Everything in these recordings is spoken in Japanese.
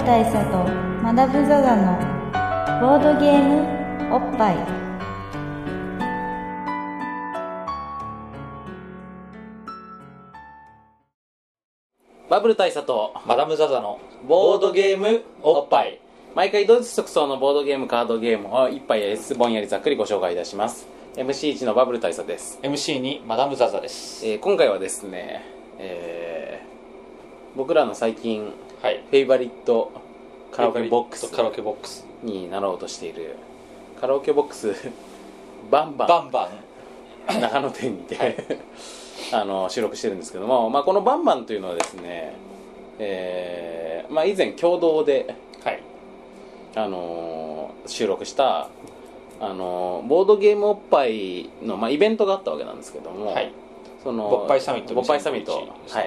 大佐とマダム・ザ・ザのボードゲームおっぱい。 バブル大佐とマダム・ザ・ザのボードゲームおっぱい。毎回同日直送のボードゲームカードゲームを一杯やぼんやりざっくりご紹介いたします。 MC1 のバブル大佐です。 MC にマダム・ザ・ザです。 今回はですね、僕らの最近、 はい、 フェイバリットカラオケボックスカラオケボックスになろうとしているカラオケボックスバンバンバンバン長野店にて、 はい、 収録してるんですけども、このバンバンというのはですね、以前共同で、 はい、 収録したボードゲームおっぱいの、イベントがあったわけなんですけども、 はい、 そのボッパイサミットボッパイサミット、はい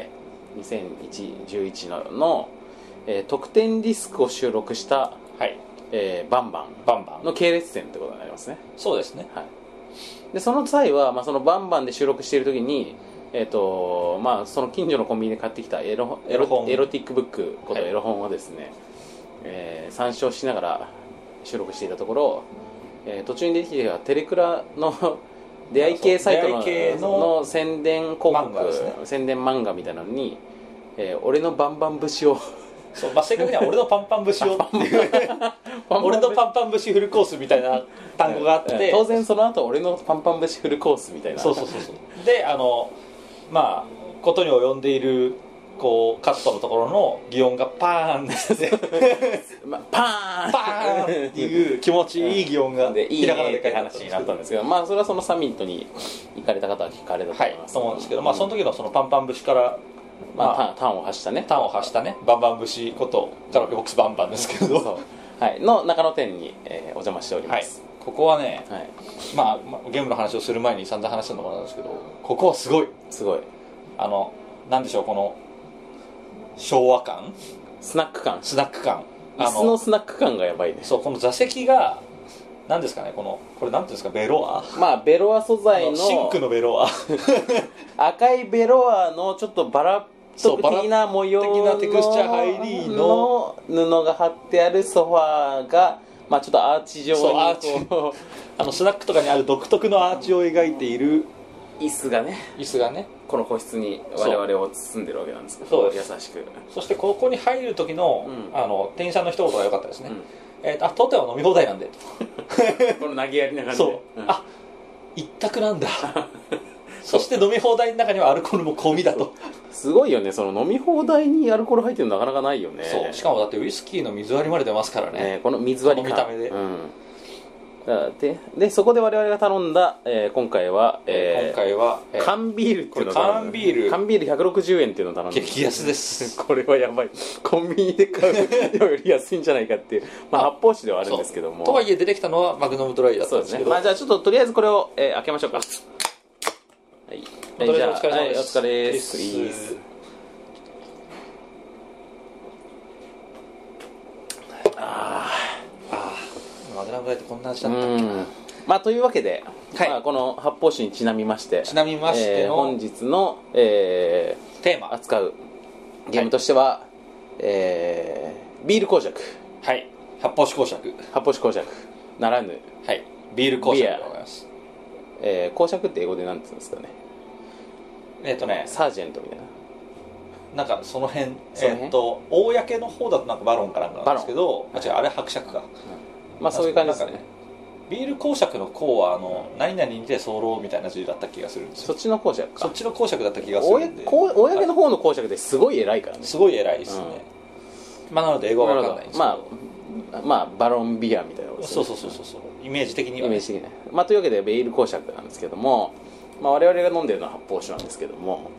、2011の、特典ディスクを収録した、 はい、 バンバンの系列店ってことになりますね。 そうですね、 はい、でその際は、そのバンバンで収録している時に、その近所のコンビニで買ってきたエロティックブックことエロ本をですね、参照しながら収録していたところ、途中に出てきたテレクラの出会い系サイト の宣伝広告、ね、宣伝漫画みたいなのに、俺のバンバン節をそう、正確には俺のパンパン節をっていう俺のパンパン節フルコースみたいな単語があって当然その後俺のパンパン節フルコースみたいなそうでことに及んでいるこうカットのところの擬音がパーンってパーンっていう気持ちいい擬音がいいねって話になったんですけど、それはそのサミットに行かれた方は聞かれたと思います、 と思うんですけど、その時のそのパンパン節からターンを発したねバンバン節ことカラオケボックスバンバンですけどの中野店に、お邪魔しております、 ここはね、ゲームの話をする前に散々話したのもなんですけど、ここはすごいなんでしょう、この昭和感スナック感椅子のスナック感がやばいね。 そう、この座席が何ですかね、これなんていうんですか、ベロアベロア素材のシンクのベロア赤いベロアのちょっとバラ的な模様のテクスチャーハイリーの布が貼ってあるソファーが、ちょっとアーチ状にスナックとかにある独特のアーチを描いている椅子がねこの個室に我々を包んでるわけなんですけど、優しく。そしてここに入る時の、店員さんの一言が良かったですね、当店は飲み放題なんでこの投げやりな感じで、 一択なんだそして飲み放題の中にはアルコールも込みだとすごいよね、その飲み放題にアルコール入ってるのなかなかないよね。 そう、しかもだってウイスキーの水割りまで出ますからね、 この水割り感、 この見た目で、 でそこで我々が頼んだ、今回は缶ビールっていうのを缶ビール 160円っていうのを頼んで、 激安ですこれはやばい、コンビニで買うより安いんじゃないかっていう、発泡酒ではあるんですけども、 とはいえ出てきたのはマグノムドライだったんですけど、 じゃあちょっととりあえずこれを、開けましょうか。 じゃあお疲れ様です。 お疲れです。 マグナムドライってこんな味だったっけ。 というわけで、この発泡酒にちなみましての本日の、テーマ扱うゲームとしては、ビール公爵、 発泡酒公爵ならぬ、 ビール公爵でございます。 公爵って英語で何て言うんですかね。サージェントみたいな、なんかその辺公の方だとなんかバロンかなんかなんですけど、あれ伯爵か、 そういう感じですね。 ビール公爵の公は何々にて候みたいな字だった気がするんですよ。 そっちの公爵か。 そっちの公爵だった気がするんで、 公の方の公爵ですごい偉いからね。 すごい偉いですね、なので英語は分かんないんですけど、 バロンビアみたいなことですね。 そうイメージ的にはね。 というわけでビール公爵なんですけども、我々が飲んでるのは発泡酒なんですけども、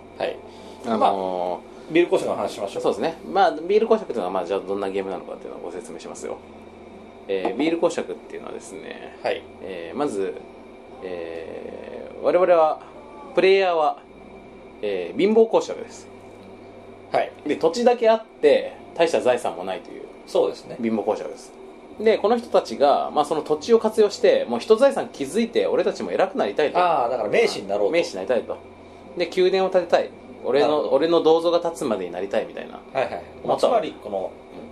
ビール公爵の話しましょう。 そうですね。ビール公爵というのはじゃあどんなゲームなのかっていうのをご説明しますよ。ビール公爵っていうのはですね、まず、我々はプレイヤーは、貧乏公爵です。で土地だけあって大した財産もないという、 そうですね、 貧乏公爵です。でこの人たちが、その土地を活用してもう一財産築いて俺たちも偉くなりたいと。 だから名士になろうと。 名士になりたいと。で宮殿を建てたい、俺の銅像が立つまでになりたいみたいな、 つまりこの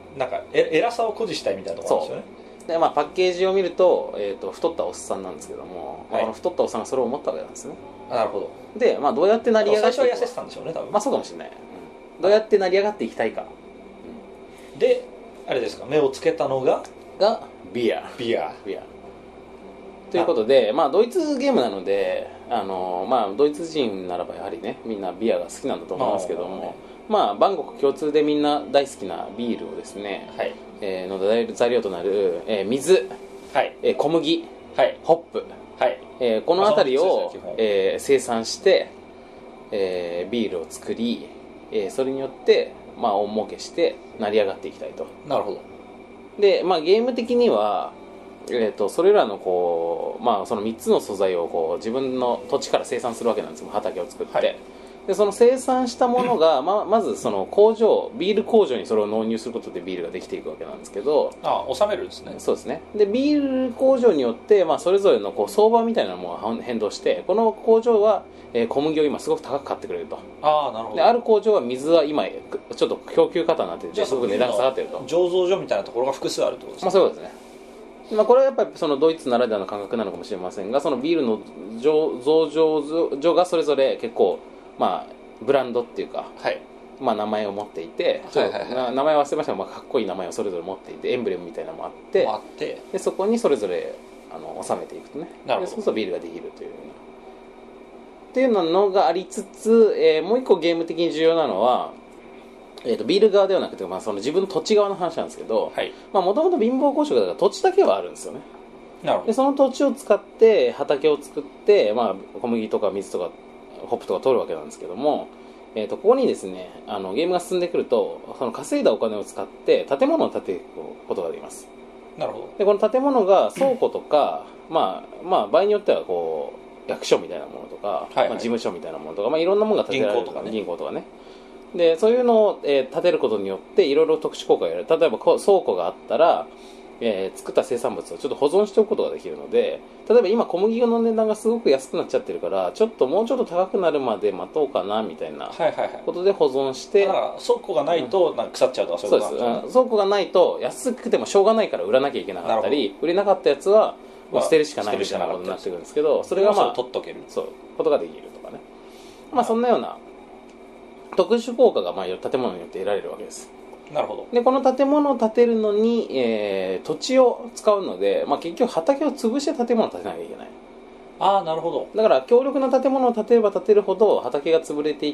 なんか偉さを誇示したいみたいなところなんですよね。 でまあ、パッケージを見ると、太ったおっさんなんですけども、 はい、 この太ったおっさんがそれを思ったわけなんですね。 なるほど。 で、まあ、どうやって成り上がって最初は痩せてたんでしょうね多分。 まあそうかもしれない、どうやって成り上がっていきたいか、 であれですか、目をつけたのがビアということで、まあ、ドイツゲームなのでまあ、ドイツ人ならばやはりねみんなビアが好きなんだと思いますけども、まあ、万国共通でみんな大好きなビールをですね、 はい、 の材料となる、水、 はい、 小麦、 はい、 ホップ、 はい、 この辺りを、生産して、ビールを作り、それによって、まあ、大儲けして成り上がっていきたいと。 なるほど。 で、まあ、ゲーム的には、それらのこう、まあ、その3つの素材をこう自分の土地から生産するわけなんですよ、畑を作って、はい、でその生産したものがまずそのビール工場にそれを納入することでビールができていくわけなんですけど、 収めるんですね。 そうですね。でビール工場によって、まあ、それぞれのこう相場みたいなものが変動して、この工場は小麦を今すごく高く買ってくれると。 なるほど。 である工場は水は今ちょっと供給過多になっててすごく値段が下がってると。 醸造所みたいなところが複数あるってことですね。 まあ、そういうことですね。まあ、これはやっぱりそのドイツならではの感覚なのかもしれませんが、そのビールの醸造所がそれぞれ結構、まあ、ブランドっていうか、 はい、 まあ、名前を持っていて、名前は忘れましたが、まあ、かっこいい名前をそれぞれ持っていてエンブレムみたいなのもあって、でそこにそれぞれ収めていくとね、でそうするとビールができるというっていうのがありつつ、もう一個ゲーム的に重要なのは、ビール側ではなくて、まあ、その自分の土地側の話なんですけど、もともと貧乏公職だから土地だけはあるんですよね。でその土地を使って畑を作って、まあ、小麦とか水とかホップとか取るわけなんですけども、ここにですねゲームが進んでくると、その稼いだお金を使って建物を建てることができます。 なるほど。 でこの建物が倉庫とか、まあ場合によってはこう役所みたいなものとか、まあ、事務所みたいなものとか、まあ、いろんなものが建てられる銀行とかね。でそういうのを、建てることによっていろいろ特殊効果が得られる。例えば倉庫があったら、作った生産物をちょっと保存しておくことができるので、例えば今小麦の値段がすごく安くなっちゃってるから、もうちょっと高くなるまで待とうかなみたいなことで保存して、 倉庫がないとなんか腐っちゃうとかそういうことなんですね。 倉庫がないと安くてもしょうがないから売らなきゃいけなかったり、売れなかったやつはもう捨てるしかないみたいなことになってくるんですけど、それがまあ取っとけることができるとかね、まあそんなような特殊効果がまあ建物によって得られるわけです。 なるほど。 でこの建物を建てるのに、土地を使うので、まあ、結局畑を潰して建物を建てなきゃいけない。 なるほど。 だから強力な建物を建てれば建てるほど畑が潰れていって、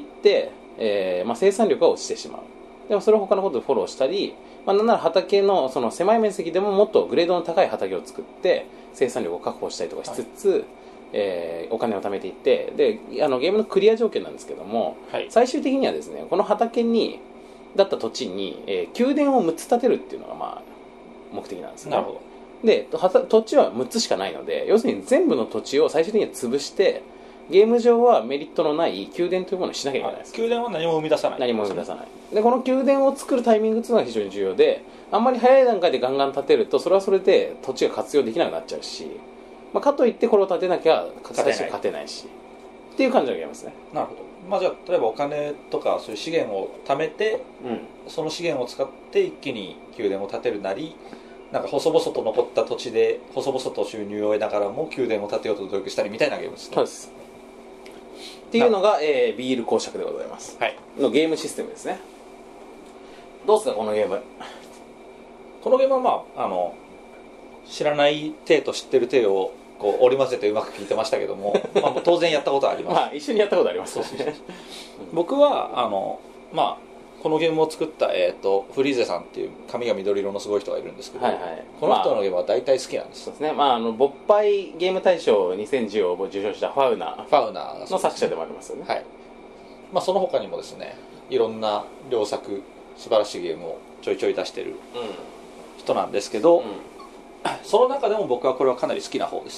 まあ、生産力が落ちてしまう。でもそれを他のことでフォローしたり、まあ、なんなら畑のその狭い面積でももっとグレードの高い畑を作って生産力を確保したりとかしつつ、お金を貯めていって、でゲームのクリア条件なんですけども、最終的にはですね、この畑にだった土地に、宮殿を6つ建てるっていうのがまあ目的なんですね。 なるほど。 で土地は6つしかないので、要するに全部の土地を最終的には潰してゲーム上はメリットのない宮殿というものをしなきゃいけないです。 宮殿は何も生み出さない。 何も生み出さない。でこの宮殿を作るタイミングというのが非常に重要で、あんまり早い段階でガンガン建てるとそれはそれで土地が活用できなくなっちゃうし、まあ、かといってこれを建てなきゃ最初勝てないしっていう感じのゲームですね。 なるほど。まあ、じゃあ例えばお金とかそういう資源を貯めて、その資源を使って一気に宮殿を建てるなり、なんか細々と残った土地で細々と収入を得ながらも宮殿を建てようと努力したりみたいなゲームですね。 そうです。っていうのが、ビール公爵でございます、のゲームシステムですね。どうですかこのゲーム。 このゲームはまあ知らない体と知ってる体をこう織り交ぜてうまく聞いてましたけども、まあ、当然やったことはあります。 まあ一緒にやったことありますね。 僕はまあこのゲームを作った、フリーゼさんっていう髪が緑色のすごい人がいるんですけど、この人のゲームは大体好きなんです。 そうですね。まあ勃発ゲーム大賞2010を受賞したファウナーの作者でもありますよね。 はい。まあその他にもですね、いろんな良作素晴らしいゲームをちょいちょい出してる人なんですけど、その中でも僕はこれはかなり好きな方です。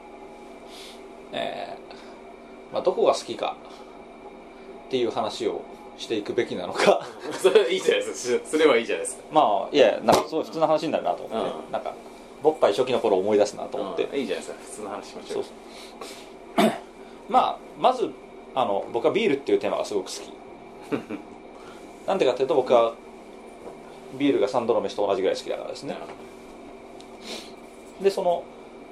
まあどこが好きかっていう話をしていくべきなのかそれいいじゃないですか。すればいいじゃないですか。 まあいやなんかすごい普通の話になるなと思って、なんか勃発初期の頃を思い出すなと思って、 いいじゃないですか。普通の話しましょう。 まあまず僕はビールっていうテーマがすごく好きなんでかっていうと、僕はビールが3度の飯と同じぐらい好きだからですね。でその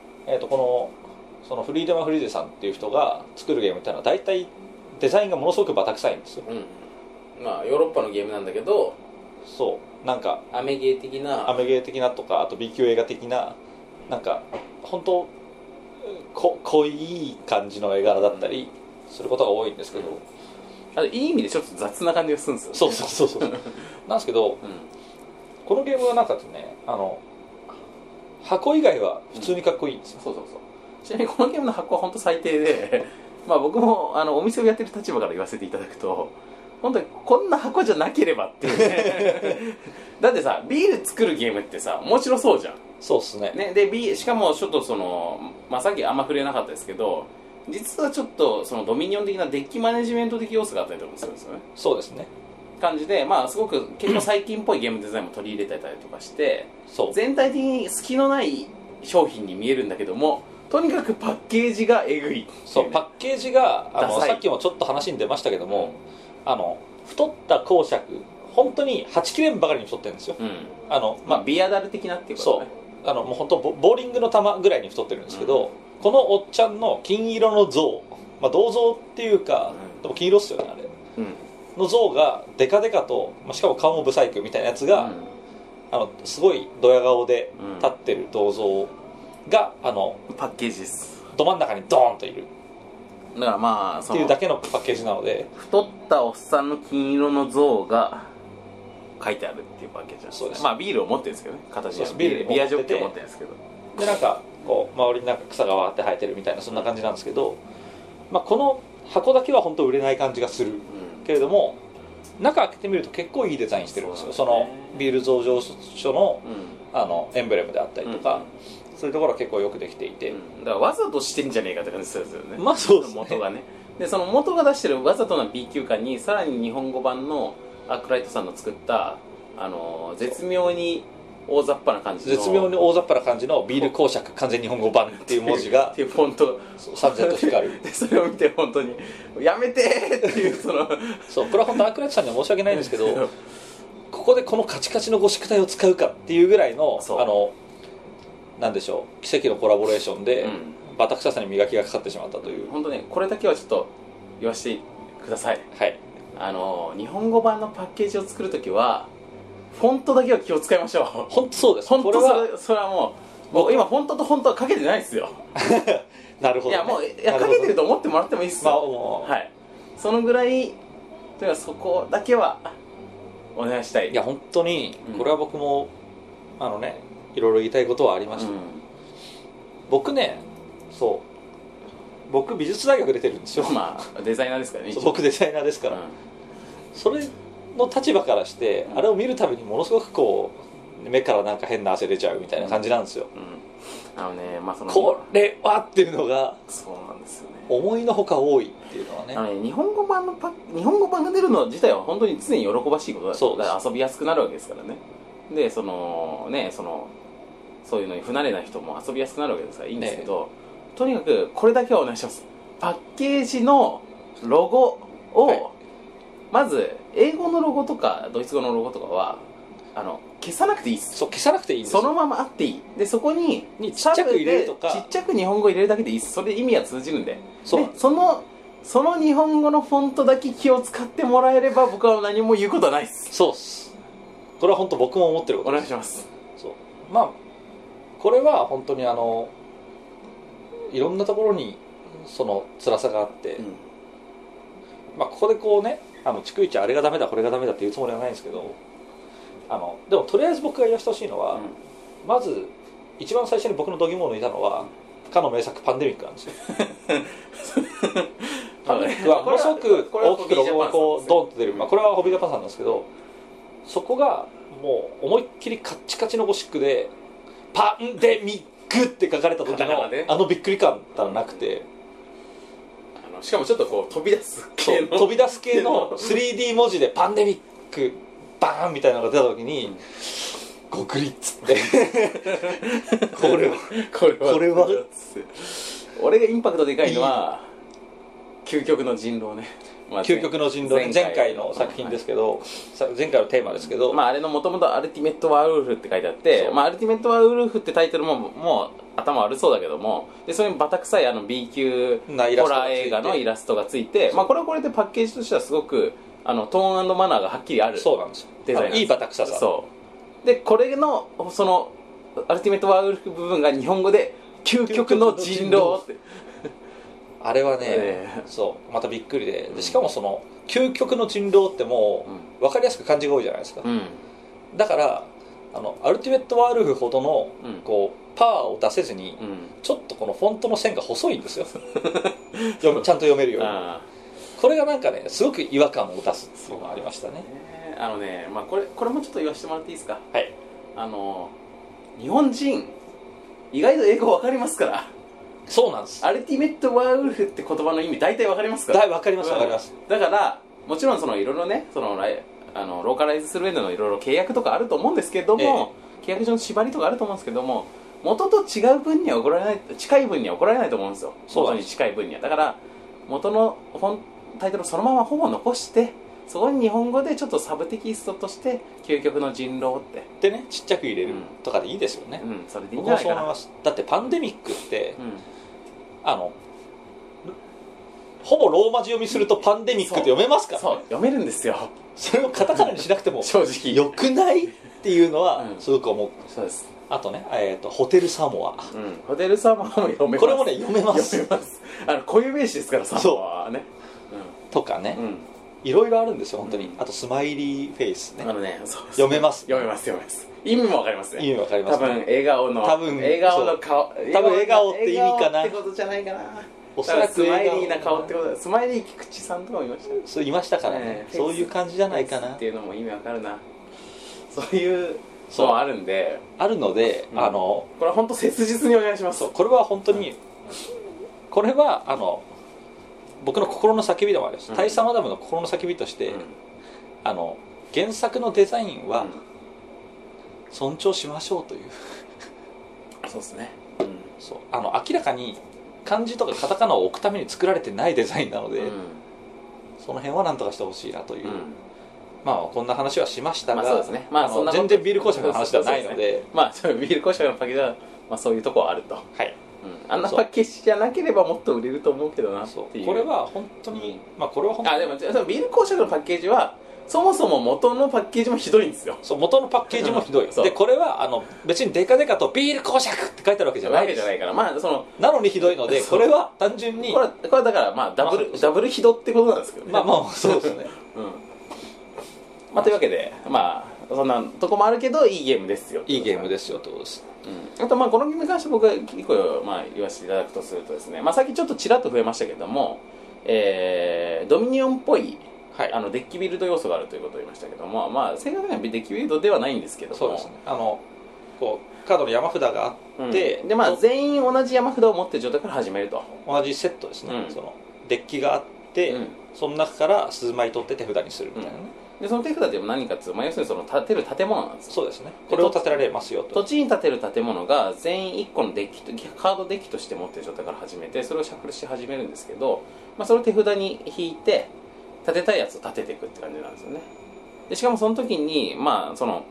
フリーデマ・フリーゼさんっていう人が作るゲームっていうのは大体デザインがものすごくバタ臭いんですよ、 まあヨーロッパのゲームなんだけど、 そうなんかアメゲー的なとか、 あと B 級映画的ななんか本当濃い感じの絵柄だったりすることが多いんですけど、 あといい意味でちょっと雑な感じがするんですよ、 そうなんですけど、このゲームはなんかですね箱以外は普通にかっこいいんですよ、 ちなみにこのゲームの箱は本当最低でまあ僕もお店をやってる立場から言わせていただくと、本当にこんな箱じゃなければっていうねだってさ、ビール作るゲームってさ面白そうじゃん。 そうっすね。 でしかもちょっとさっきあんま触れなかったですけど、実はちょっとドミニオン的なデッキマネジメント的要素があったりとかするんですよね。 そうですね。 感じで、まあすごく結構最近っぽいゲームデザインも取り入れてたりとかして全体的に隙のない商品に見えるんだけども、とにかくパッケージがえぐい、 そうパッケージがさっきもちょっと話に出ましたけども、太った公爵、本当にはちきれんばかりに太ってるんですよ、 まあビアダル的なっていうことね。 そうもう本当ボーリングの球ぐらいに太ってるんですけど、このおっちゃんの金色の像、まあ、銅像っていうか、でも金色っすよねあれ、の像がデカデカと、しかも顔もブサイクみたいなやつが、すごいドヤ顔で立ってる銅像が、 パッケージです。 ど真ん中にドーンといる。 だからまあっていうだけのパッケージなので、 太ったおっさんの金色の像が書いてあるっていうパッケージなんです。 そうです。 まあビールを持ってるんですけどね、形はビアジョッキを持ってるんですけど、 でなんかこう周りになんか草がわーって生えてるみたいなそんな感じなんですけど、この箱だけは本当売れない感じがする、けれども中開けてみると結構いいデザインしてるんですよ。そのビール醸造所の、エンブレムであったりとか、そういうところは結構よくできていて、 だからわざとしてんじゃねえかって感じするんですよね。 まあそうですね。 元がね。でその元が出してるわざとな B 級感にさらに日本語版のアークライトさんの作った絶妙に大雑把な感じのビール公爵完全日本語版っていう文字がっていうフォントさん然と光るでそれを見て本当にやめてーっていうそうこれは本当アークライトさんには申し訳ないんですけどここでこのカチカチのゴシック体を使うかっていうぐらいのなんでしょう、奇跡のコラボレーションで、バタ臭さに磨きがかかってしまったという。 本当ね、これだけはちょっと言わせてください。 はい。 日本語版のパッケージを作るときはフォントだけは気を使いましょう。 本当そうです。 本当それはもう今フォントとフォントはかけてないですよなるほど、ね、 いやかけてると思ってもらってもいいっすよ、はい、そのぐらいというかそこだけはお願いしたい。 いや本当にこれは僕も、いろいろ言いたいことはありました、僕美術大学出てるんですよ。 まあデザイナーですからね。 僕デザイナーですから、それの立場からして、あれを見るたびにものすごくこう目からなんか変な汗出ちゃうみたいな感じなんですよ、これはっていうのがそうなんですよね、 思いのほか多いっていうのはね。 日本語版が出るの自体は本当に常に喜ばしいことだ。そうだから遊びやすくなるわけですからね。でそういうのに不慣れな人も遊びやすくなるわけですからいいんですけど、とにかくこれだけはお願いします。パッケージのロゴを、まず英語のロゴとかドイツ語のロゴとかは消さなくていいです。 そう消さなくていいんです。 そのままあっていい。でそこにちっちゃく入れるとかちっちゃく日本語入れるだけでいいです。それで意味は通じるんで。その日本語のフォントだけ気を使ってもらえれば僕は何も言うことはないです。 そうっす。これは本当僕も思ってることです。 お願いします。 そうこれは本当にいろんなところにその辛さがあって、ここでこうね逐一あれがダメだこれがダメだって言うつもりはないんですけど、でもとりあえず僕が言わせてほしいのは、まず一番最初に僕の度肝を抜いたのはかの名作パンデミックなんですよパンデミックはものすごく大きくロゴがこうドンと出る、これはホビージャパンさんなんですけど、そこがもう思いっきりカッチカチのゴシックでパンデミックって書かれた時のびっくり感ったらなくて、 しかもちょっとこう飛び出す系の 3D 文字でパンデミックバーンみたいなのが出た時に、ゴクリッつってこれは俺がインパクトでかいのは究極の人狼ね。 まあ、 究極の人狼、前回の作品ですけど、前回のテーマですけど、 まあ、あれのもともとアルティメットワーウルフって書いてあって、まあ、アルティメットワーウルフってタイトルももう頭悪そうだけども、でそれにバタ臭いB 級ホラー映画のイラストがついて、まあ、これはこれでパッケージとしてはすごくトーン&マナーがはっきりあるそうなんですよ、 デザインなんです。 いいバタ臭さ。 そうで、これのそのアルティメットワーウルフ部分が日本語で究極の人狼ってあれはね、そうまたびっくりで、しかもその究極の人狼ってもう分かりやすく漢字が多いじゃないですか、だからアルティメットワールフほどのこうパワーを出せずに、ちょっとこのフォントの線が細いんですよちゃんと読めるように。これがなんかねすごく違和感を出すっていうのがありましたね。 まあ、これもちょっと言わせてもらっていいですか。 はい。 日本人意外と英語わかりますから。 そうなんです。 アルティメットワーウルフって言葉の意味大体わかりますから。 わかりますわかります。 だからもちろんいろいろねローカライズする上でのいろいろ契約とかあると思うんですけども、契約上の縛りとかあると思うんですけども、元と違う分には怒られない、近い分には怒られないと思うんですよ。元に近い分には。だから元のタイトルをそのままほぼ残して、そこに日本語でちょっとサブテキストとして究極の人狼ってでね、ちっちゃく入れるとかでいいですよね。 それでいいんじゃないかな。 だってパンデミックって、ほぼローマ字読みするとパンデミックって読めますから、 そう読めるんですよ。 それをカタカナにしなくても正直よくないっていうのはすごく思う。 そうです。 あとね、ホテルサモア、 ホテルサモアも読めます。 これもね読めます。 読めます。固有名詞ですからサモアはね。 とかね、いろいろあるんですよ本当に。あとスマイリーフェイスね。読めます。 読めます。意味もわかりますね。 意味わかります。 多分笑顔の顔。多分笑顔って意味かな。 ってことじゃないかな。おそらくスマイリーな顔ってことだ。スマイリー菊池さんとかもいました。 そういましたからね。そういう感じじゃないかな。 っていうのも意味わかるな。そういうのあるんで。 あるので、 これは本当切実にお願いします。 これは本当に、これは僕の心の叫びでもあります。大佐マダムの心の叫びとして、原作のデザインは尊重しましょうという。 そうですね。 そう明らかに漢字とかカタカナを置くために作られてないデザインなので、その辺は何とかしてほしいなという。まあこんな話はしましたが、全然ビール公爵の話ではないので、 まあビール公爵のパッケージはそういうところはあると。はい。あんなパッケージじゃなければもっと売れると思うけどなっていう。 これは本当に、これは本当に。 でもビール公爵のパッケージはそもそも元のパッケージもひどいんですよ。 そう、元のパッケージもひどい。でこれは別にデカデカとビール公爵って書いてあるわけじゃないです。 わけじゃないから、 なのにひどいので、これは単純にこれだからダブルひどってことなんですけどね。 そうですね。 というわけでそんなとこもあるけどいいゲームですよ。 いいゲームですよってことです。 あとこのゲームに関して僕が一個言わせていただくとするとですね、さっきちょっとちらっと増えましたけども、ドミニオンっぽいデッキビルド要素があるということを言いましたけども、正確にはデッキビルドではないんですけども、 そうですね。こうカードの山札があって、 で全員同じ山札を持ってる状態から始めると。 同じセットですね。そのデッキがあって、その中から数枚取って手札にするみたいなね。でその手札って何かっていうと、要するに建てる建物なんですよ。 そうですね。これを建てられますよと。 土地に建てる建物が全員1個のデッキカードデッキとして持ってる状態から始めて、それをシャッフルし始めるんですけど、それを手札に引いて建てたいやつを建てていくって感じなんですよね。でしかもその時にその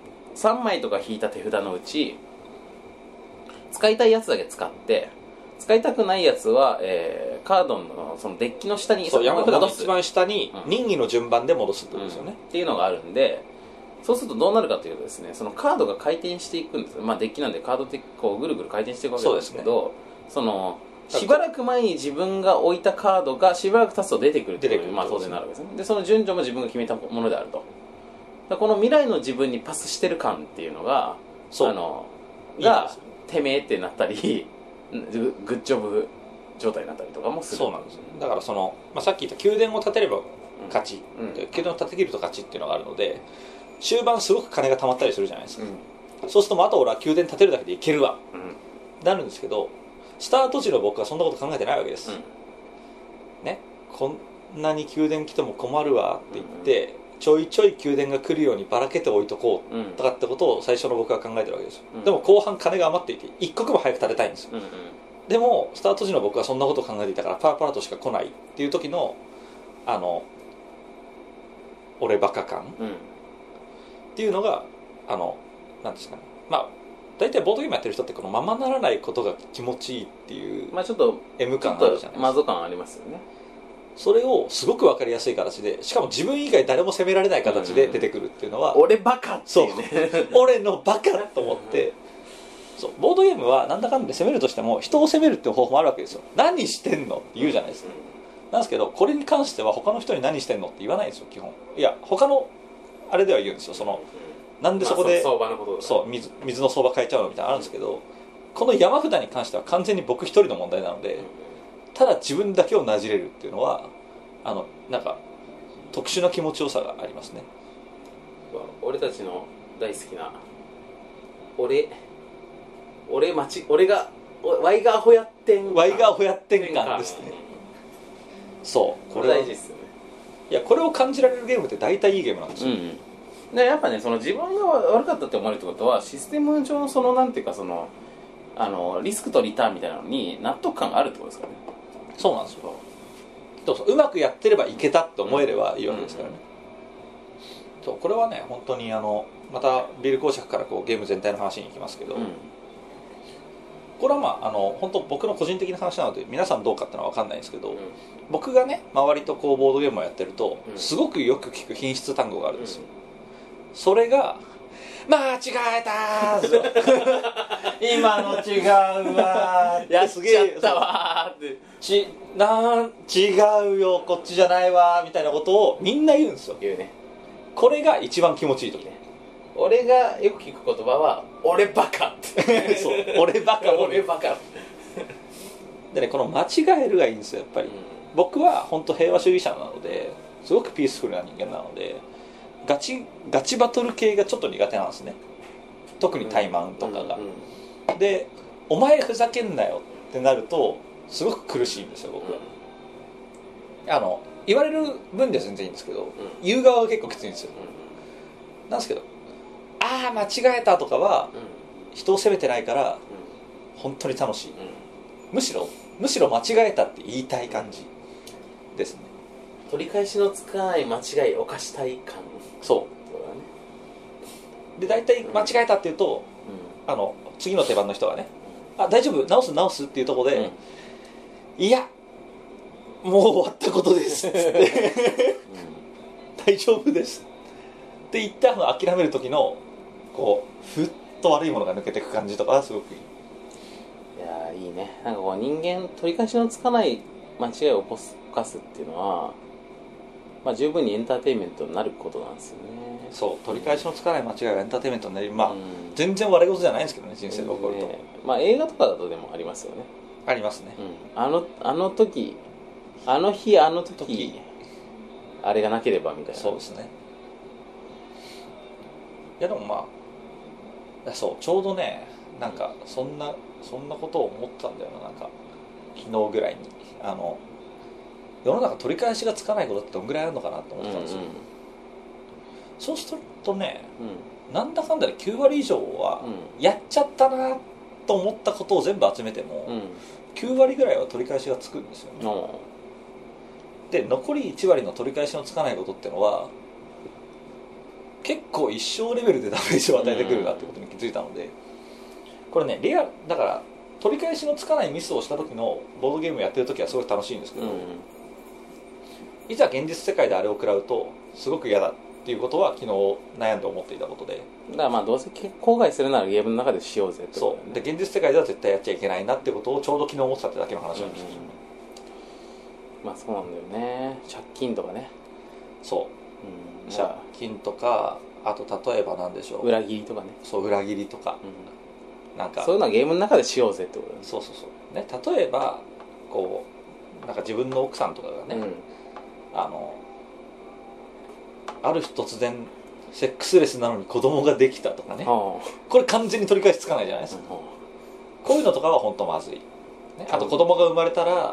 3枚とか引いた手札のうち使いたいやつだけ使って、使いたくないやつは、カードのそのデッキの下に山札の一番下に任意の順番で戻すってことですよね。 っていうのがあるんで、そうするとどうなるかというとですね、そのカードが回転していくんですよ。デッキなんでカードってこうぐるぐる回転していくわけなんですけど、しばらく前に自分が置いたカードがしばらく経つと出てくるっていう当然なるわけですね。でその順序も自分が決めたものであると。この未来の自分にパスしてる感っていうのががてめえってなったりグッジョブ状態になったりとかもする。 そうなんですよ。だからさっき言った宮殿を建てれば勝ち、宮殿を建て切ると勝ちっていうのがあるので、終盤すごく金が貯まったりするじゃないですか。そうするとあと俺は宮殿建てるだけでいけるわ、なるんですけど、スタート時の僕はそんなこと考えてないわけです、ね。こんなに宮殿来ても困るわって言って、ちょいちょい宮殿が来るようにばらけておいとこうとかってことを最初の僕は考えてるわけですよ、でも後半金が余っていて一刻も早く建てたいんですよ、でもスタート時の僕はそんなことを考えていたからパラパラとしか来ないっていう時の俺バカ感うんっていうのがなんですかね、まあ大体ボードゲームやってる人ってこのままならないことが気持ちいいっていうまあちょっと M 感があるじゃないですか。 マゾ感ありますよね。 それをすごく分かりやすい形で、しかも自分以外誰も責められない形で出てくるっていうのは、 俺バカっていうね俺のバカと思って、そうボードゲームはなんだかんだで責めるとしても人を責めるっていう方法もあるわけですよ。何してんのって言うじゃないですか。なんですけど、これに関しては他の人に何してんのって言わないんですよ、基本。いや他のあれでは言うんですよ。なんでそこで、 相場のことそう水の相場変えちゃうのみたいなのあるんですけど、この山札に関しては完全に僕一人の問題なので、ただ自分だけをなじれるっていうのはなんか特殊な気持ちよさがありますね。 俺たちの大好きな俺がワイガーホヤッテン感ですね。そうこれ大事ですよね。 いやこれを感じられるゲームって大体いいゲームなんですよ、 でやっぱね、その自分が悪かったって思われるってことはシステム上のなんていうかリスクとリターンみたいなのに納得感があるってことですからね。 そうなんですよ。うまくやってればいけたって思えればいいわけですからね、そうこれはね本当にまたビル公爵からゲーム全体の話に行きますけど、これはまあ本当僕の個人的な話なので皆さんどうかってのは分かんないんですけど、僕がね周りとボードゲームをやってるとすごくよく聞く品質単語があるんですよ、それが間違えたー今の違うわーやっちゃったわーって違うよこっちじゃないわーみたいなことをみんな言うんですよ。 言うね。 これが一番気持ちいい時ね。 俺がよく聞く言葉は俺バカってそう俺バカ俺バカでね、この間違えるがいいんですよやっぱり、僕は本当平和主義者なのですごくピースフルな人間なのでガチバトル系がちょっと苦手なんですね。特にタイマンとかが、でお前ふざけんなよってなるとすごく苦しいんですよ僕は、言われる分では全然いいんですけど、言う側は結構きついんですよ、なんですけどああ間違えたとかは人を責めてないから本当に楽しい、むしろ間違えたって言いたい感じですね。 取り返しのつかない間違いを犯したい感。 そうで大体間違えたっていうと、次の手番の人がね大丈夫直すっていうところで、いやもう終わったことですって大丈夫ですって言って諦める時のふっと悪いものが抜けていく感じとかはすごくいい。 いやいいね。なんか人間取り返しのつかない間違いを犯すっていうのは、まあ、十分にエンターテインメントになることなんですよね。 そう取り返しのつかない間違いがエンターテインメントになり、全然悪いことじゃないんですけどね人生で起こると、 まあ映画とかだとでもありますよね。 ありますね、 あの時あの日あれがなければみたいな。 そうですね。いやでもまあそうちょうどねなんかそんなことを思ったんだよな。なんか昨日ぐらいに世の中取り返しがつかないことってどんぐらいあるのかなと思ってたんですよ、そうするとね、なんだかんだで9割以上はやっちゃったなと思ったことを全部集めても、9割ぐらいは取り返しがつくんですよね、で残り1割の取り返しのつかないことってのは結構一生レベルでダメージを与えてくるなってことに気づいたので、これねだから取り返しのつかないミスをした時のボードゲームをやってる時はすごい楽しいんですけど、いざ現実世界であれを食らうとすごく嫌だっていうことは昨日悩んで思っていたことで、 だからまあどうせ後悔するならゲームの中でしようぜってことだよね。 そうで現実世界では絶対やっちゃいけないなってことをちょうど昨日思ってたってだけの話なんですけど、 まあそうなんだよね。借金とかね。 そう、借金とかあと例えばなんでしょう裏切りとかね。 そう裏切りとか、なんかそういうのはゲームの中でしようぜってことだよね。 そうね、例えばなんか自分の奥さんとかがね、ある日突然セックスレスなのに子供ができたとかね、これ完全に取り返しつかないじゃないですか、こういうのとかは本当まずい、ね、あと子供が生まれたら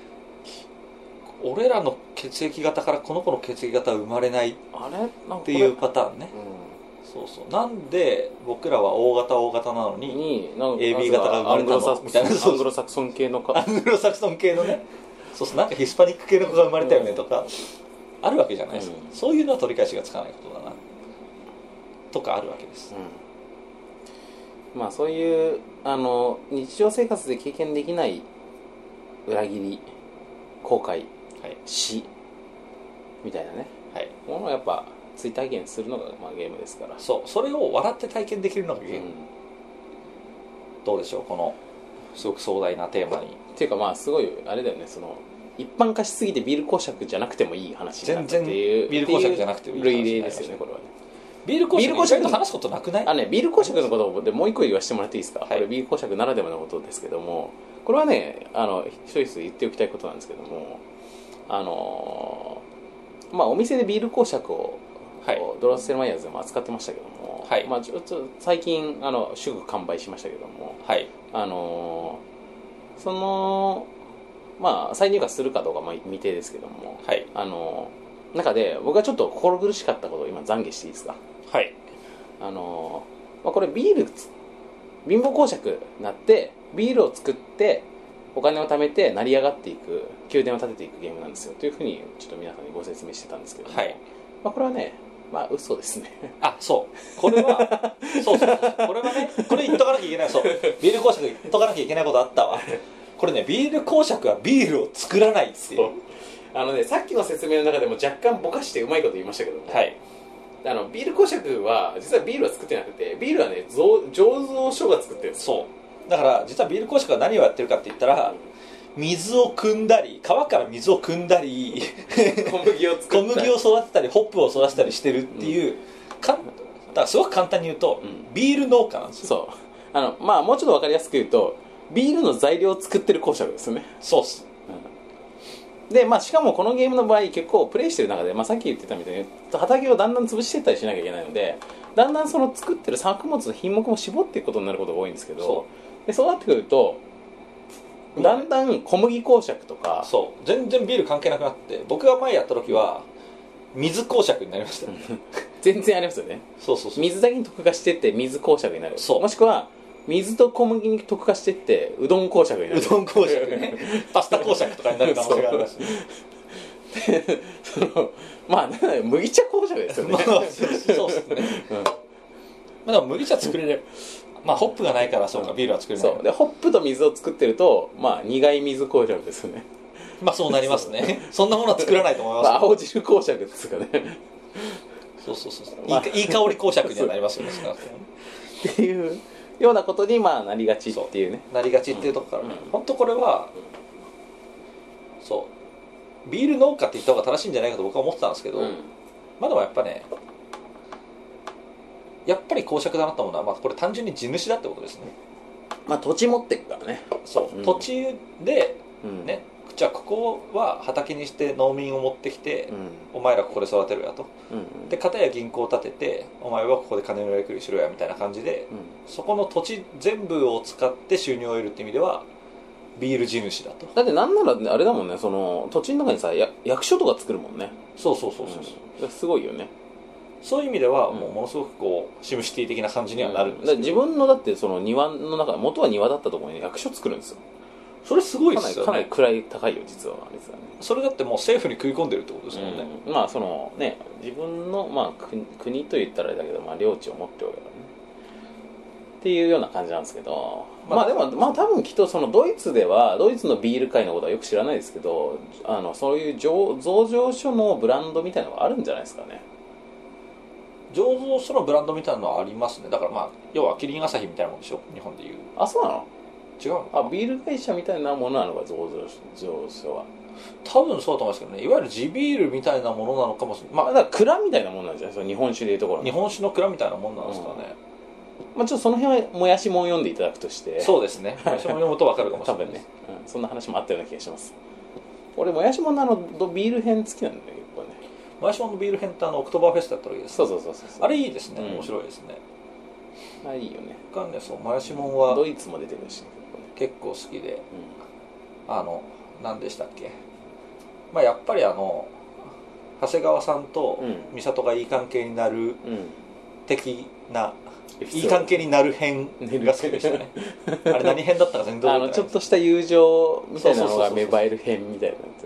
俺らの血液型からこの子の血液型は生まれないっていうパターンね、そうなんで僕らは O 型なのに AB 型が生まれたのみたいな、 アングロサクソン系のアングロサクソン系のねそうなんかヒスパニック系の子が生まれたよねとか、あるわけじゃないですか、そういうのは取り返しがつかないことだなとかあるわけです、 まあそういう日常生活で経験できない裏切り、後悔、死みたいなね、ものをやっぱ追体験するのがまあゲームですから、 それを笑って体験できるのがゲーム、どうでしょう、このすごく壮大なテーマに。 っていうかまあすごいあれだよね、その一般化しすぎてビール公爵じゃなくてもいい話になったっていう、 ビール公爵じゃなくてもいい話類例ですよね、これはね。 ビール公爵と話すことなくない？ ビール公爵のことでもう一個言わせてもらっていいですか、これビール公爵ならではのことですけども、これはね一つ言っておきたいことなんですけども、まあお店でビール公爵を、ドラッセルマイヤーズでも扱ってましたけども、まあちょっと最近すぐ完売しましたけども、そのまあ再入荷するかどうかも未定ですけども、中で僕はちょっと心苦しかったことを今懺悔していいですか。まあ、これ貧乏公爵になってビールを作ってお金を貯めて成り上がっていく、宮殿を建てていくゲームなんですよというふうにちょっと皆さんにご説明してたんですけども、まあ、これはね、まあ嘘ですね。 これはこれはね、これ言っとかなきゃいけない。ビール公爵言っとかなきゃいけないことあったわ。これね、ビール公爵はビールを作らないっていう。 さっきの説明の中でも若干ぼかしてうまいこと言いましたけども、ビール公爵は実はビールは作ってなくて、ビールはね醸造所が作ってるんですよ。 だから実はビール公爵は何をやってるかって言ったら、水を汲んだり、川から水を汲んだり小麦を育てたりホップを育てたりしてるっていう、だからすごく簡単に言うと、ビール農家なんですよ。 まあもうちょっと分かりやすく言うと、ビールの材料を作ってる公爵ですよね。 そうっす。 でまあ、しかもこのゲームの場合結構プレイしてる中で、まあ、さっき言ってたみたいに畑をだんだん潰していったりしなきゃいけないので、だんだんその作ってる作物の品目も絞っていくことになることが多いんですけど、そうなってくるとだんだん小麦公爵とか、 全然ビール関係なくなって、僕が前やった時は水公爵になりました全然ありますよね。水だけに特化してって水公爵になる。もしくは水と小麦に特化してってうどん公爵になる。 うどん公爵ねパスタ公爵とかになる可能性があるらしいまあ麦茶公爵ですよね。 そうですね、でも麦茶作れれば、まあホップがないからそうか、ビールは作れない。 でホップと水を作ってると、まあ苦い水公爵ですよね。 まあそうなりますねそんなものは作らないと思います、 青汁公爵ですかね。 いい香り公爵にはなりますよねっていうようなことにまあなりがちっていうね、 なりがちっていうところからね、本当これはビール農家って言った方が正しいんじゃないかと僕は思ってたんですけど、まあでもやっぱね、やっぱり公爵だなと思うのは、まあこれ単純に地主だってことですね。 まあ土地持ってるからね。 土地でね、じゃあここは畑にして農民を持ってきて、お前らここで育てるやと、で片や銀行を建ててお前はここで金のやりくりしろやみたいな感じで、そこの土地全部を使って収入を得るっていう意味ではビール地主だと。 だってなんならあれだもんね、その土地の中にさ役所とか作るもんね。 そう、 すごいよね。 そういう意味ではもうものすごくこうシムシティ的な感じにはなるんですけど、 自分のだってその庭の中、元は庭だったところに役所作るんですよ。 それすごいですよね。 かなり位高いよ実はあれですよね。 それだってもう政府に食い込んでるってことですもんね。 まあそのね、自分のまあ国と言ったらあれだけど、まあ領地を持っておるからねっていうような感じなんですけど、まあでもまあ多分きっとそのドイツではドイツのビール界のことはよく知らないですけど、そういう醸造所のブランドみたいなのがあるんじゃないですかね。 醸造所のブランドみたいなのはありますね。だからまあ要はキリン朝日みたいなもんでしょ、日本でいう。 あ、そうなの？ 違うの？ ビール会社みたいなものなのか、醸造所は。 多分そうだと思いますけどね、いわゆる地ビールみたいなものなのかもしれない。 まあだから蔵みたいなものなんじゃないですか、日本酒でいうところの。 日本酒の蔵みたいなもんなんですかね。 まあちょっとその辺はもやしもん読んでいただくとして。 そうですね、もやしもん読むと分かるかもしれない。 多分ね、そんな話もあったような気がします。俺もやしもんのビール編好きなんだよ結構ね。 もやしもんのビール編ってオクトーバーフェストやった時です。 そうあれいいですね、面白いですね。 あ、いいよね。 もやしもんはドイツも出てるし、 結構好きで、何でしたっけ、まあやっぱり長谷川さんと美里がいい関係になる的な、いい関係になる編が好きでしたねあれ何編だったか全然覚えてない。 ちょっとした友情みたいなのが芽生える編みたいな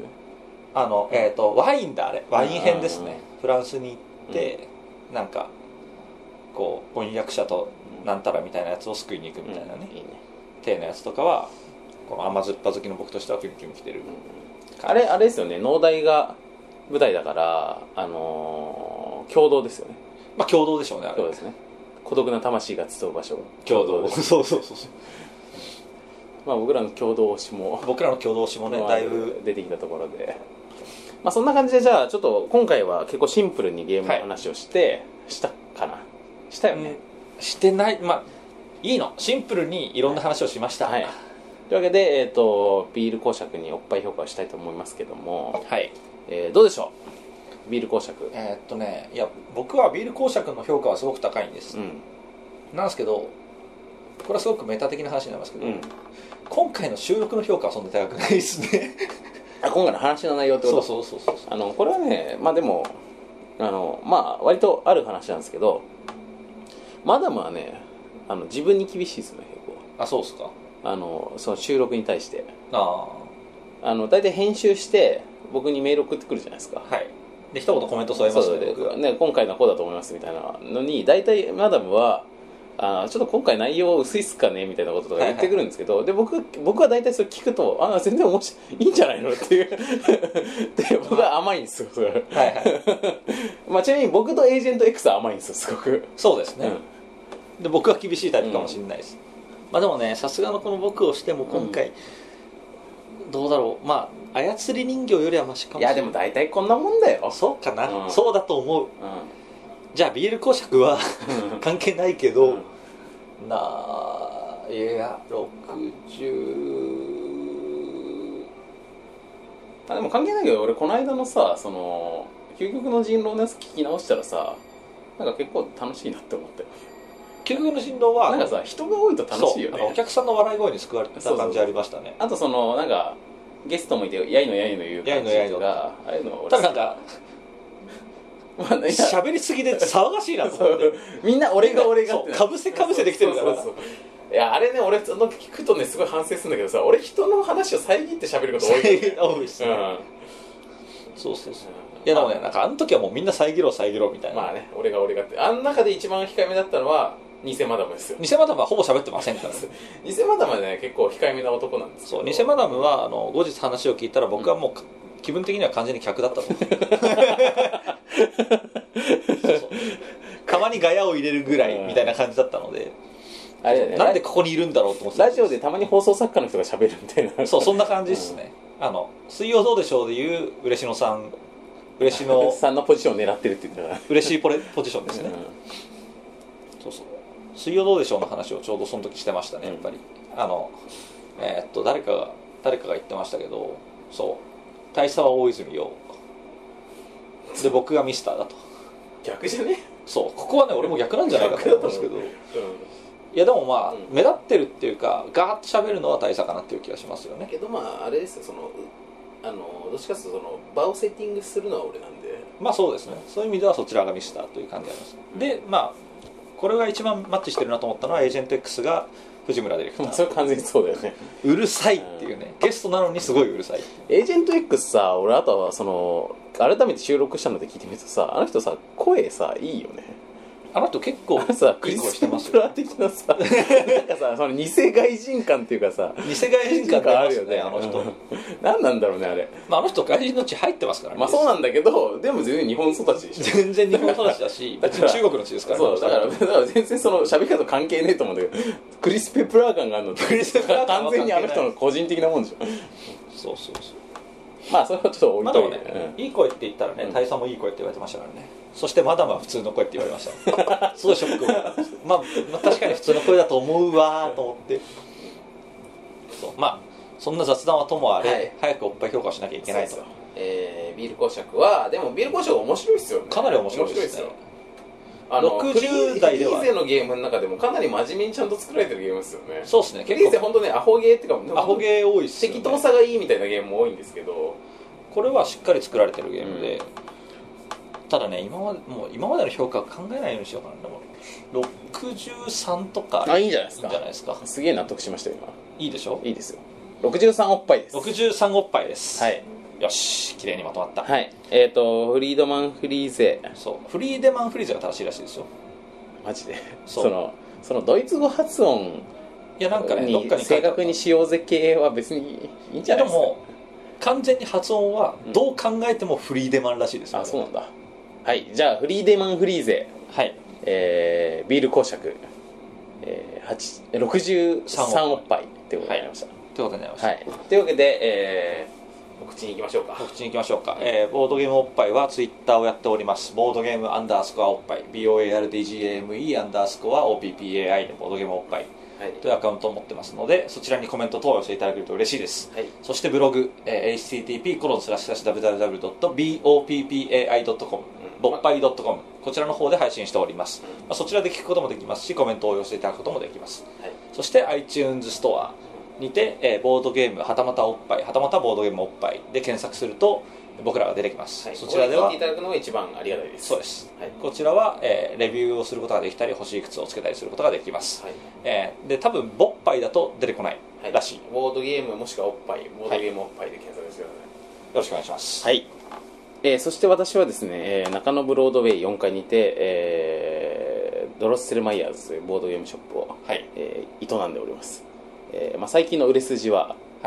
ワインだ、あれワイン編ですね。フランスに行って、なんかこう翻訳者となんたらみたいなやつを救いに行くみたいなね、 いいね。 体のやつとかはこの甘酸っぱ好きの僕としてはキュンキュンきてる、 あれですよね、農大が舞台だから共同ですよね。 まあ共同でしょうね、あれ。 そうですね。孤独な魂が集う場所、 共同です。 そうそうそうそう。 まあ僕らの共同推しも僕らの共同誌もねだいぶ出てきたところで、まあそんな感じで、じゃあちょっと今回は結構シンプルにゲームの話をして、したかな、したよね、 してない。まあいいの、シンプルにいろんな話をしました。 はい。というわけで、ビール公爵におっぱい評価をしたいと思いますけども、 はい。 どうでしょう、ビール公爵。 いや僕はビール公爵の評価はすごく高いんです、なんですけど、これはすごくメタ的な話になりますけど、今回の収録の評価はそんな高くないですね。 今回の話の内容ってこと。 そうこれはね、まあでもまあ割とある話なんですけど、マダムはね自分に厳しいですね、結構。 あ、そうですか。 その収録に対して、 あ大体編集して僕にメール送ってくるじゃないですか。 はい。で一言コメント添えますね、僕がね、今回のこうだと思いますみたいなのに、大体マダムはちょっと今回内容薄いっすかねみたいなこととか言ってくるんですけど、で僕は大体それ聞くと、全然面白い、いいんじゃないのっていうで僕は甘いんですよ、それ。はいはいまあちなみに僕とエージェント X は甘いんですよ、すごく。 そうですね、で僕は厳しいタイプかもしれないです、まあでもね、さすがのこの僕をしても今回、どうだろう、まあ操り人形よりはマシかもしれない。 いやでも大体こんなもんだよ。 そうかな、そうだと思う、じゃあビール公爵は関係ないけど、いや60、 でも関係ないけど、俺この間のさ、その究極の人狼のやつ聞き直したらさ、なんか結構楽しいなって思って。 究極の人狼はなんかさ、人が多いと楽しいよね。 お客さんの笑い声に救われた感じありましたね。 あとそのなんかゲストもいて、やいの言う感じとか、ああいうの俺ただなんか喋りすぎで騒がしいなと思ってみんな俺がってかぶせできてるから。 いやあれね、俺聞くとねすごい反省するんだけどさ、俺人の話を遮って喋ること多いよね。 多いですね、そういやでもね、なんかあの時はもうみんな遮ろうみたいな。 まあね、俺がってあん中で一番控えめだったのは偽マダムですよ。 偽マダムはほぼ喋ってませんから偽マダムはね結構控えめな男なんですけど、 偽マダムは後日話を聞いたら、僕はもう、気分的には完全に客だったと釜にガヤを入れるぐらいみたいな感じだったので、あれ、ね、なんでここにいるんだろうと思って、 ラジオでたまに放送作家の人が喋るみたいな、 そんな感じですね、水曜どうでしょうでいう嬉野さんのポジションを狙ってるって言ったら嬉しいポジションですね、水曜どうでしょうの話をちょうどその時してましたね、やっぱり誰かが言ってましたけど、大佐は大泉洋で僕がミスターだと。 逆じゃね。 ここはね、俺も逆なんじゃないかと思うんですけど、いやでもまあ、目立ってるっていうかガーッと喋るのは大佐かなっていう気がしますよね。 けどまああれですよ、どっちかというとその場をセッティングするのは俺なんで、 まあそうですね、そういう意味ではそちらがミスターという感じがあります、でまあこれが一番マッチしてるなと思ったのはエージェント X が藤村ディレクター、 それ完全にそうだよね。 うるさいっていうね、ゲストなのにすごいうるさい。 エージェント X さ、俺あとは改めて収録したので聞いてみるとさ、あの人さ声さいいよね。 あの人結構さ、クリス・ペプラー的なさ、なんかさ、その偽外人感っていうかさ、 偽外人感があるよね、あの人。 何なんだろうね、あれ。 まあ、あの人外人の血入ってますからね。 まあそうなんだけど、でも全然日本育ちでしょ。 全然日本育ちだし、別に中国の血ですからね。 そう、だから全然その喋り方関係ねえと思うんだけど、クリス・ペプラー感があるのって、 クリスペプラー感完全にあの人の個人的なもんでしょ。 そう。 まあそれはちょっと置いといて、 まあでもね、いい声って言ったらね、大佐もいい声って言われてましたからね。そしてマダムは普通の声って言われましたすごいショック。まあ確かに普通の声だと思うわと思って、まあそんな雑談はともあれ、早くおっぱい評価しなきゃいけないと。 ビール公爵はでもビール公爵面白いですよね。 かなり面白いですね。 60代ではフリーゼのゲームの中でもかなり真面目にちゃんと作られてるゲームですよね。 そうですね。 フリーゼ本当ね、アホゲーっていうかアホゲー多いっすよね。 適当さがいいみたいなゲームも多いんですけど、 これはしっかり作られてるゲームで、ただね、今までの評価は考えないようにしようかな。でも63とかいいんじゃないですか。すげえ納得しましたよ今。 いいでしょ。 いいですよ。63おっぱいです。 63おっぱいです。 はい。 よし、綺麗にまとまった。 はい。フリードマンフリーゼ。 そう、フリーデマンフリーゼが正しいらしいですよ。 マジで。 そうそのドイツ語発音いやなんかね、どっにかに書いてあった正確にしようぜ系は別にいいんじゃないですか。 でも完全に発音はどう考えてもフリーデマンらしいですよ、 あ、そうなんだ。はい、じゃあフリーデマンフリーゼ。 はい。 ビール公爵、63おっぱいってことになりました。 ということになりました。 はい。というわけで、告知に行きましょうか。 告知に行きましょうか。ボードゲームおっぱいはツイッターをやっております。ボードゲーム_おっぱい BOARDGAME _OPPAI でボードゲームおっぱいというアカウントを持ってますので、そちらにコメント等を寄せていただけると嬉しいです。はい、そしてブログ、http://www.boppai.com ぼっぱい .com こちらの方で配信しております。そちらで聞くこともできますし、コメントを寄せていただくこともできます。はい、そして iTunes ストアにて、ボードゲームはたまたおっぱいはたまたボードゲームおっぱいで検索すると僕らが出てきます。はい、そちらでは聞いていただくのが一番ありがたいです。 そうです。はい、こちらは、レビューをすることができたり星いくつをつけたりすることができます。はい、で多分ぼっぱいだと出てこないらしい。 ボードゲームもしくはおっぱい、ボードゲームおっぱいで検索ですよね。 よろしくお願いします。 はい。そして私はですね、中野ブロードウェイ4階にて、ドロッセルマイヤーズというボードゲームショップを、はい、営んでおります。最近の売れ筋は、はい、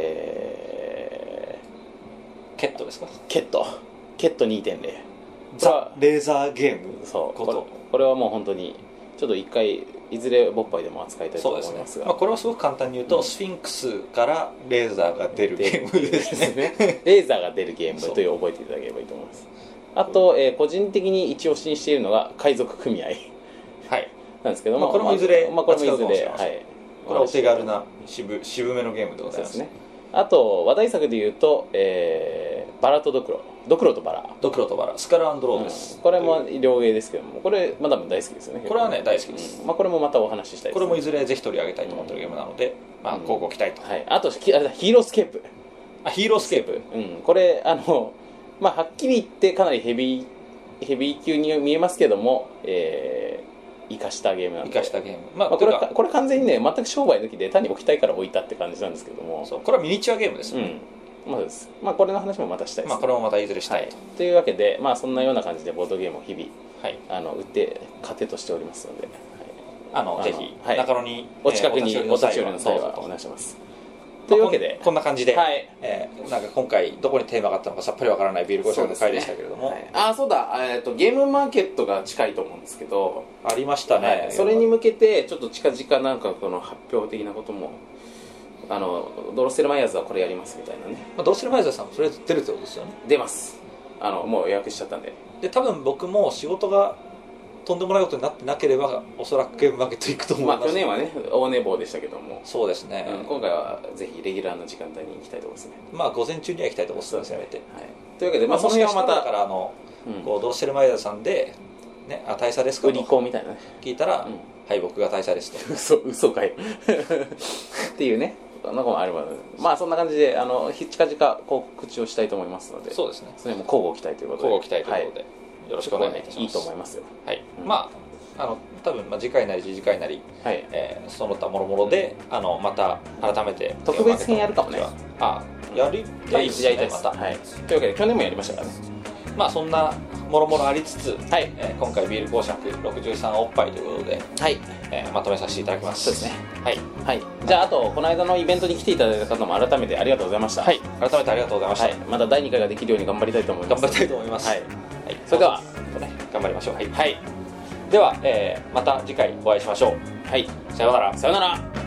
ケットですか？ ケット 2.0 ザ・レーザーゲーム。 そうこれはもう本当にちょっと一回いずれボッパイでも扱いたいと思いますが、 これはすごく簡単に言うと、スフィンクスからレーザーが出るゲームですね。 レーザーが出るゲームという覚えていただければいいと思います。あと、個人的に一押しにしているのが海賊組合、はい、なんですけども、 これもいずれこれもいずれ、はい、 これはお手軽な渋めのゲームでございますね。 あと話題作でいうと、バラとドクロとバラスカル&ローです、 これも両ゲーですけども、これまだ大好きですよね。 これはね大好きです、 これもまたお話ししたいです、ね、 これもいずれぜひ取り上げたいと思ってるゲームなので、乞うご期待と。 はい、あとヒーロースケープ。 ヒーロースケープ、 これはっきり言ってかなりヘビー級に見えますけども、生かしたゲームなんで。これ完全にね、全く商売抜きで単に置きたいから置いたって感じなんですけども、 そう、これはミニチュアゲームですよね。 です。これの話もまたしたいですね。 これもまたいずれしたいというわけで、そんなような感じでボードゲームを日々、売って糧としておりますので、 ぜひ中野にお近くにお立ち寄りの際はお願いします。というわけでこんな感じで、なんか今回どこにテーマがあったのかさっぱりわからないビールご紹介の回でしたけれども、 そうだ、ゲームマーケットが近いと思うんですけど、 ありましたね。 それに向けてちょっと近々なんかこの発表的なことも、ドロッセルマイヤーズはこれやりますみたいなね。 ドロッセルマイヤーズさんもそれ出るってことですよね。 出ます。もう予約しちゃったんで。 多分僕も仕事がとんでもないことになってなければおそらくゲームマーケット行くと思います。 去年はね大寝坊でしたけども、 そうですね、 今回はぜひレギュラーの時間帯に行きたいと思いますね。 午前中には行きたいと思いますね、せめて。 というわけで、その辺はまただからドロッセルマイヤーズさんでね、大佐ですかと売り子みたいなね聞いたら、はい、僕が大佐ですと。 嘘かいっていうねのもあれば、そんな感じで近々告知をしたいと思いますので、 そうですね、 それも交互期待ということで、 よろしくお願いいたします。 いいと思いますよ。 はい、多分次回なり次回なり、その他もろもろでまた改めて特別編やるかもね。 やりたいですね、また。 というわけで去年もやりましたからね。 そんなもろもろありつつ、今回ビール公爵63おっぱいということで、まとめさせていただきます。 そうですね。はい。じゃあ、あとこの間のイベントに来ていただいた方も改めてありがとうございました。 改めてありがとうございました。 また第2回ができるように頑張りたいと思います。 頑張りたいと思います。 それでは頑張りましょう。では、また次回お会いしましょう。 さようなら。